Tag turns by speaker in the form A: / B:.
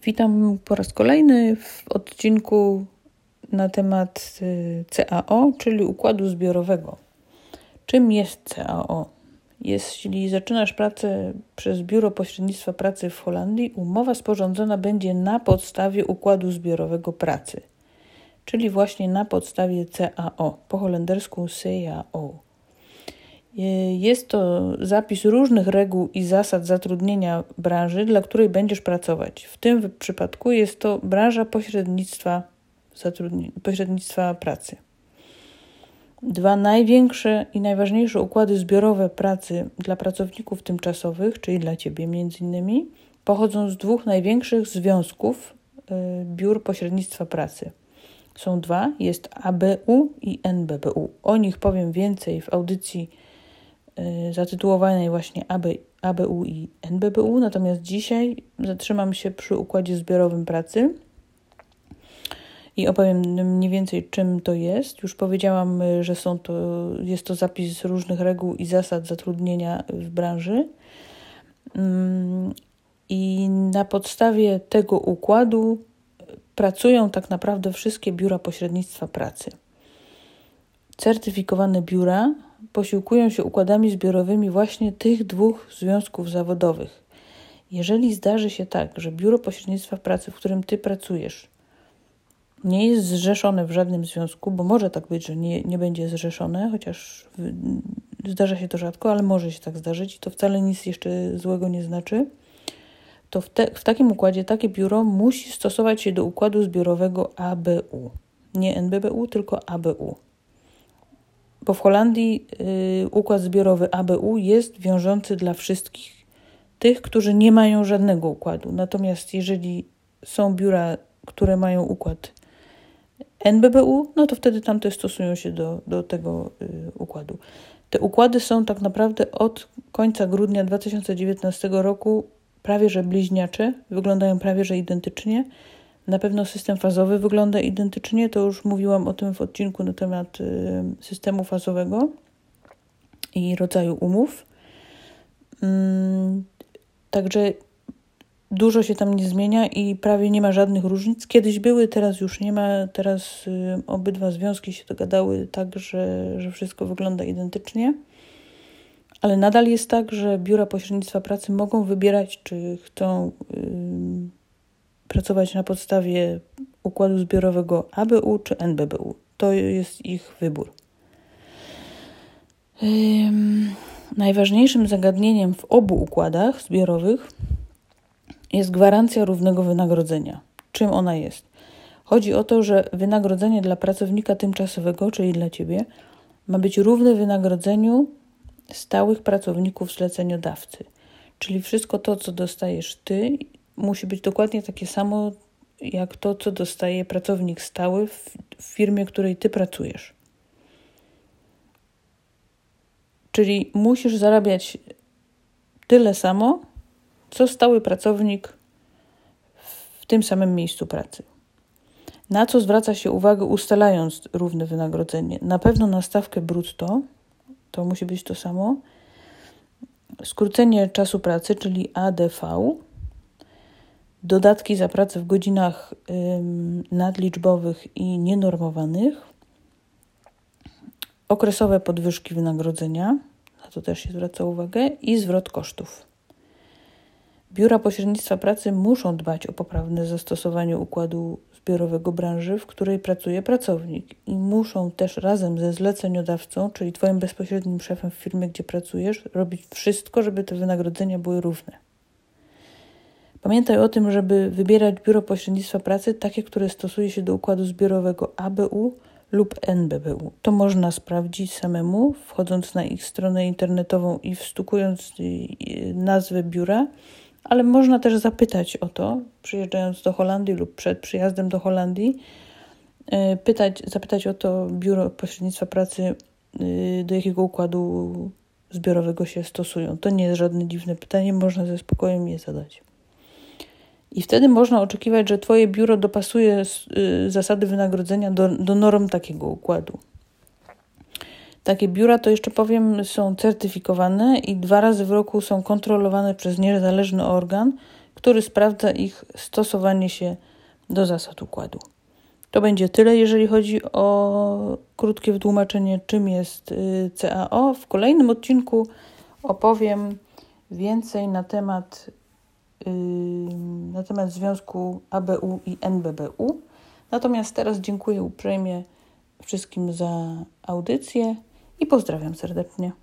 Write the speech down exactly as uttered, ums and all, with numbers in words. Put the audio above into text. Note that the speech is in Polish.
A: Witam po raz kolejny w odcinku na temat C A O, czyli układu zbiorowego. Czym jest C A O? Jeśli zaczynasz pracę przez Biuro Pośrednictwa Pracy w Holandii, umowa sporządzona będzie na podstawie układu zbiorowego pracy, czyli właśnie na podstawie C A O, po holendersku C A O. Jest to zapis różnych reguł i zasad zatrudnienia branży, dla której będziesz pracować. W tym przypadku jest to branża pośrednictwa, zatrudni- pośrednictwa pracy. Dwa największe i najważniejsze układy zbiorowe pracy dla pracowników tymczasowych, czyli dla Ciebie między innymi, pochodzą z dwóch największych związków y, biur pośrednictwa pracy. Są dwa, jest A B U i N B B U. O nich powiem więcej w audycji zatytułowanej właśnie A B U i N B B U, natomiast dzisiaj zatrzymam się przy układzie zbiorowym pracy i opowiem mniej więcej, czym to jest. Już powiedziałam, że są to, jest to zapis różnych reguł i zasad zatrudnienia w branży i na podstawie tego układu pracują tak naprawdę wszystkie biura pośrednictwa pracy. Certyfikowane biura posiłkują się układami zbiorowymi właśnie tych dwóch związków zawodowych. Jeżeli zdarzy się tak, że biuro pośrednictwa pracy, w którym Ty pracujesz, nie jest zrzeszone w żadnym związku, bo może tak być, że nie, nie będzie zrzeszone, chociaż w, zdarza się to rzadko, ale może się tak zdarzyć i to wcale nic jeszcze złego nie znaczy, to w, te, w takim układzie takie biuro musi stosować się do układu zbiorowego A B U. Nie N B B U, tylko A B U. Bo w Holandii y, układ zbiorowy A B U jest wiążący dla wszystkich tych, którzy nie mają żadnego układu. Natomiast jeżeli są biura, które mają układ N B B U, no to wtedy tamte stosują się do, do tego y, układu. Te układy są tak naprawdę od końca grudnia dwa tysiące dziewiętnastego roku prawie że bliźniacze, wyglądają prawie że identycznie. Na pewno system fazowy wygląda identycznie, to już mówiłam o tym w odcinku na temat y, systemu fazowego i rodzaju umów. Ym, także dużo się tam nie zmienia i prawie nie ma żadnych różnic. Kiedyś były, teraz już nie ma. Teraz y, obydwa związki się dogadały tak, że, że wszystko wygląda identycznie. Ale nadal jest tak, że biura pośrednictwa pracy mogą wybierać, czy chcą y, pracować na podstawie układu zbiorowego A B U czy N B B U. To jest ich wybór. Ym, najważniejszym zagadnieniem w obu układach zbiorowych jest gwarancja równego wynagrodzenia. Czym ona jest? Chodzi o to, że wynagrodzenie dla pracownika tymczasowego, czyli dla Ciebie, ma być równe wynagrodzeniu stałych pracowników zleceniodawcy. Czyli wszystko to, co dostajesz Ty, musi być dokładnie takie samo, jak to, co dostaje pracownik stały w, w firmie, w której Ty pracujesz. Czyli musisz zarabiać tyle samo, co stały pracownik w tym samym miejscu pracy. Na co zwraca się uwagę, ustalając równe wynagrodzenie? Na pewno na stawkę brutto, to musi być to samo. Skrócenie czasu pracy, czyli A D V, dodatki za pracę w godzinach ym, nadliczbowych i nienormowanych, okresowe podwyżki wynagrodzenia, na to też się zwraca uwagę, i zwrot kosztów. Biura pośrednictwa pracy muszą dbać o poprawne zastosowanie układu zbiorowego branży, w której pracuje pracownik i muszą też razem ze zleceniodawcą, czyli Twoim bezpośrednim szefem w firmie, gdzie pracujesz, robić wszystko, żeby te wynagrodzenia były równe. Pamiętaj o tym, żeby wybierać biuro pośrednictwa pracy takie, które stosuje się do układu zbiorowego A B U lub N B B U. To można sprawdzić samemu, wchodząc na ich stronę internetową i wstukując nazwę biura, ale można też zapytać o to, przyjeżdżając do Holandii lub przed przyjazdem do Holandii, pytać, zapytać o to biuro pośrednictwa pracy, do jakiego układu zbiorowego się stosują. To nie jest żadne dziwne pytanie, można ze spokojem je zadać. I wtedy można oczekiwać, że Twoje biuro dopasuje zasady wynagrodzenia do, do norm takiego układu. Takie biura, to jeszcze powiem, są certyfikowane i dwa razy w roku są kontrolowane przez niezależny organ, który sprawdza ich stosowanie się do zasad układu. To będzie tyle, jeżeli chodzi o krótkie wytłumaczenie, czym jest C A O. W kolejnym odcinku opowiem więcej na temat, yy, na temat związku A B U i N B B U. Natomiast teraz dziękuję uprzejmie wszystkim za audycję i pozdrawiam serdecznie.